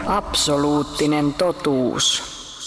Absoluuttinen totuus.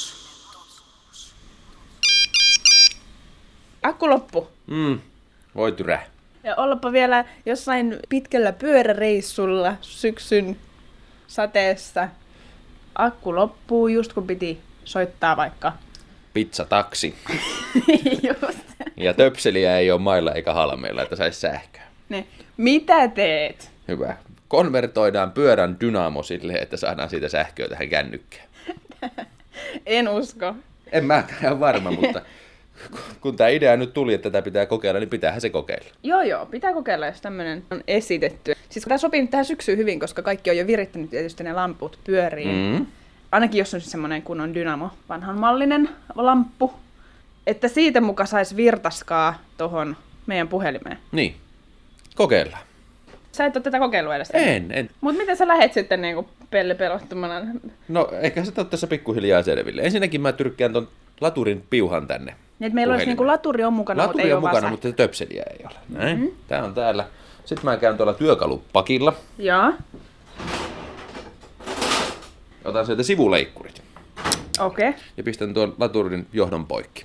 Akku loppu. Voi tyrä. Ja ollapa vielä jossain pitkällä pyöräreissulla syksyn sateessa. Akku loppuu just kun piti soittaa vaikka. Pizzataksi. Just. Ja töpseliä ei ole mailla eikä halmeilla, että saisi sähköä. Ne. Mitä teet? Hyvä. Konvertoidaan pyörän dynamo silleen, että saadaan siitä sähköä tähän kännykkään. En usko. En mäkään ihan varma, mutta kun tämä idea nyt tuli, että tätä pitää kokeilla, niin pitäähän se kokeilla. Joo, pitää kokeilla, jos tämmöinen on esitetty. Siis tämä sopii nyt tähän syksyyn hyvin, koska kaikki on jo virittänyt tietysti ne lamput pyöriin. Ainakin jos on semmoinen kunnon dynamo, vanhanmallinen lamppu. Että siitä muka saisi virtaskaa tohon meidän puhelimeen. Niin. Kokeillaan. Sä et ole tätä kokeilua edes. En. Mut miten sä lähet sitten niinku pellepelottomana? No, eikä se tässä pikkuhiljaa selville. Ensinnäkin mä tyrkkään ton laturin piuhan tänne. Niin, että meillä olisi niinku laturi on mukana, mutta ei ole mukana, vaan mutta töpseliä ei ole. Näin. Tää on täällä. Sitten mä käyn tuolla työkalupakilla. Joo. Otan sieltä sivuleikkurit. Okei. Ja pistän tuon laturin johdon poikki.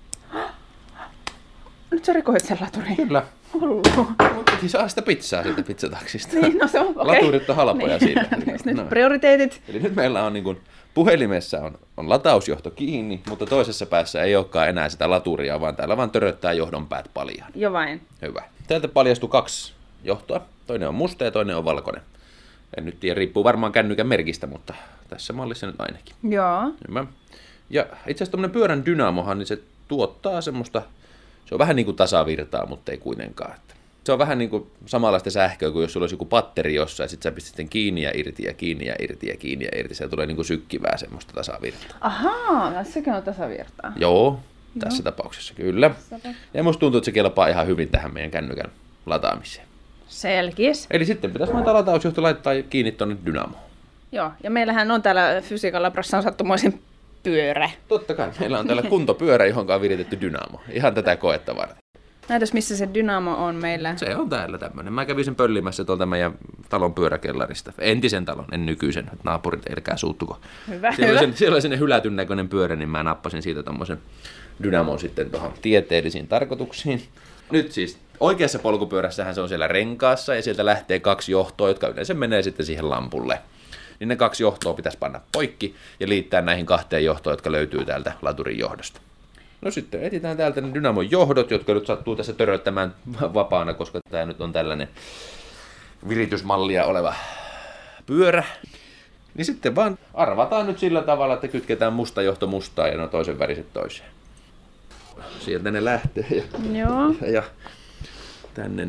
Nyt sä rikoit sen laturin. Kyllä. Hullu. Mutta saa sitä pizzaa siitä pizzataksista. Niin, no se on okei. Laturit on halpoja niin. siitä. Nyt prioriteetit. Eli nyt meillä on niin kuin, puhelimessa on latausjohto kiinni, mutta toisessa päässä ei olekaan enää sitä laturia, vaan täällä vaan töröttää johdon päät paljaan. Jo vain. Hyvä. Täältä paljastui 2 johtoa. Toinen on musta ja toinen on valkoinen. En nyt tiedä, riippuu varmaan kännykän merkistä, mutta tässä mallissa nyt ainakin. Joo. Hyvä. Ja itse asiassa tämmöinen pyörän dynamohan, niin se tuottaa semmoista, se on vähän niin kuin tasavirtaa, mutta ei kuitenkaan. Se on vähän niin kuin samanlaista sähköä kuin jos sulla olisi joku patteri jossain, ja sitten sä pistät sitten kiinni ja irti ja kiinni ja irti ja kiinni ja irti. Se tulee niin kuin sykkivää semmoista tasavirtaa. Ahaa, tässäkin on tasavirtaa. Joo, tässä tapauksessa kyllä. Ja musta tuntuu, että se kelpaa ihan hyvin tähän meidän kännykän lataamiseen. Selkis. Eli sitten pitäisi vaan tämä latausjohto laittaa kiinni tuonne dynamoon. Joo, ja meillähän on täällä fysiikan labrassa on sattumoisin pyörä. Totta kai, meillä on täällä kuntopyörä, johon on viritetty dynamo. Ihan tätä koetta varten. Näytäs, missä se dynamo on meillä. Se on täällä tämmönen. Mä kävin sen pöllimässä tuolta meidän talon pyöräkellarista. Entisen talon, en nykyisen. Naapurit elkää suuttuko. Hyvä, siellä oli sinne hylätyn näköinen pyörä, niin mä nappasin siitä tommosen dynamon sitten tuohon tieteellisiin tarkoituksiin. Nyt siis oikeassa polkupyörässähän se on siellä renkaassa ja sieltä lähtee 2 johtoa, jotka yleensä menee sitten siihen lampulle. Niin ne 2 johtoa pitäisi panna poikki ja liittää näihin 2 johtoon, jotka löytyy täältä laturin johdosta. No sitten etsitään täältä ne dynamon johdot, jotka nyt sattuu tässä töröttämään vapaana, koska tämä nyt on tällainen viritysmallia oleva pyörä. Niin sitten vaan arvataan nyt sillä tavalla, että kytketään musta johto mustaan ja no toisen väriset toiseen. Sieltä ne lähtee ja tänne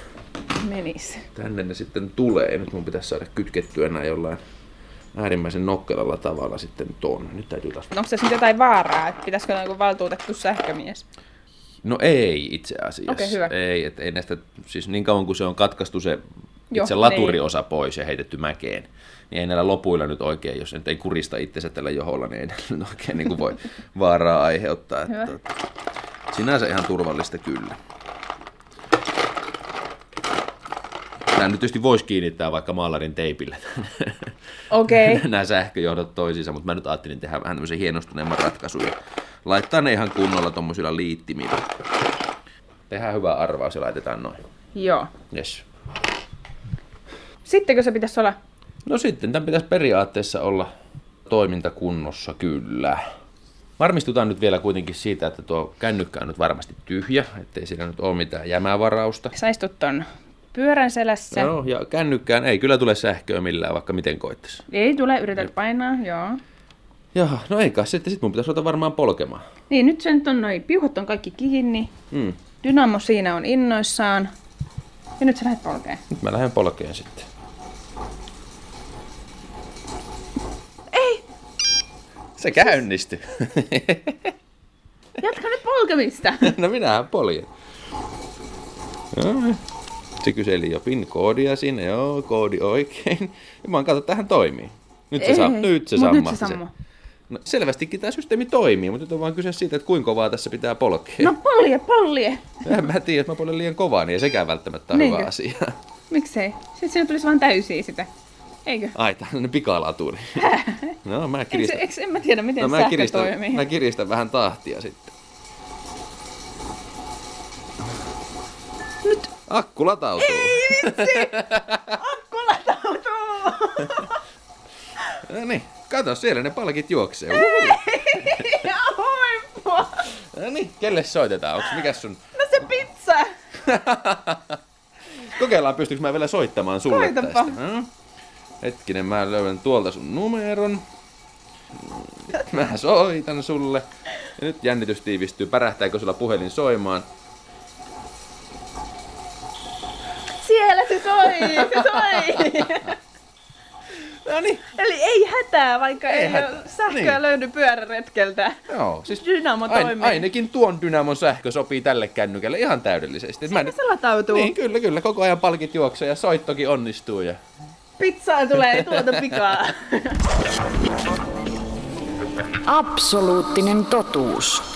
ne sitten tulee. Nyt mun pitäisi saada kytkettyä enää jollain äärimmäisen nokkelalla tavalla sitten tuonne. Nyt täytyy taas... Onko tässä nyt jotain vaaraa, että pitäisikö olla joku valtuutettu sähkömies? No ei itse asiassa. Okei, hyvä. Ei näistä, siis niin kauan kuin se on katkaistu se itse laturiosa pois ja heitetty mäkeen, niin ei näillä lopuilla nyt oikein, jos nyt ei kurista itsensä tällä joholla, niin ei nyt oikein niin kuin voi vaaraa aiheuttaa. Että, sinänsä ihan turvallista kyllä. Tämä nyt tietysti voisi kiinnittää vaikka maalarin teipillä nämä sähköjohdot toisiinsa, mutta mä nyt ajattelin tehdä vähän tämmöisen hienostuneemman ratkaisun ja laittaa ne ihan kunnolla tommosilla liittimillä. Tehdään hyvä arvaus ja laitetaan noin. Joo. Yes. Sittenkö se pitäisi olla? No sitten tämän pitäisi periaatteessa olla toimintakunnossa kyllä. Varmistutaan nyt vielä kuitenkin siitä, että tuo kännykkä on nyt varmasti tyhjä, ettei siinä nyt ole mitään jämävarausta. Sä istut ton pyörän selässä. Joo, ja kännykkään ei kyllä tule sähköä millään, vaikka miten koittaisi. Ei tule, yrität painaa, joo. Jaha, no eikä sitten mun pitäisi ruveta varmaan polkemaan. Niin, nyt sen on noi piuhat on kaikki kiinni. Dynamo siinä on innoissaan. Ja nyt sä lähdet polkeen. Nyt mä lähden polkeen sitten. Ei! Se käynnistyi. Jatka nyt polkemista. No minähän poljen. Joo. Se kyseli jo PIN-koodia sinne, joo, koodi oikein. Ja mä oon katso, että tähän toimii. Nyt se sammahti. No, selvästikin tämä systeemi toimii, mutta nyt on vaan kyse siitä, että kuinka kovaa tässä pitää polkea. No polje! En mä tiedä, että mä poljen liian kovaa, niin ei sekään välttämättä ole hyvä asia. Miksei? Sitten siinä tulisi vaan täysiä sitä. Eikö? Ai, tällainen pikalaturi. No, mä kiristän. En mä tiedä, miten sähkö toimii. Mä kiristän vähän tahtia sitten. Nyt. Akku latautuu. Ei vitsi! Akku latautuu! No niin, kato, siellä ne palkit juoksee. Huippua! No niin, kelle soitetaan? Onks mikäs sun... No se pizza! Kokeillaan, pystyykö mä vielä soittamaan sulle Koitapa. tästä. No. Hetkinen, mä löydän tuolta sun numeron. Mä soitan sulle. Ja nyt jännitys tiivistyy. Pärähtääkö sulla puhelin soimaan? Siellä se soi! Se soi! No niin. Eli ei hätää, vaikka ei hätää. ole sähköä Niin. löydy pyöräretkeltä. Joo, siis Dynamo toimii. ainakin tuon Dynamon sähkö sopii tälle kännykälle ihan täydellisesti. Siinä se latautuu. Niin, kyllä. Koko ajan palkit juoksee ja soittokin onnistuu. Ja... Pizzaa tulee tuota pikaa. Absoluuttinen totuus.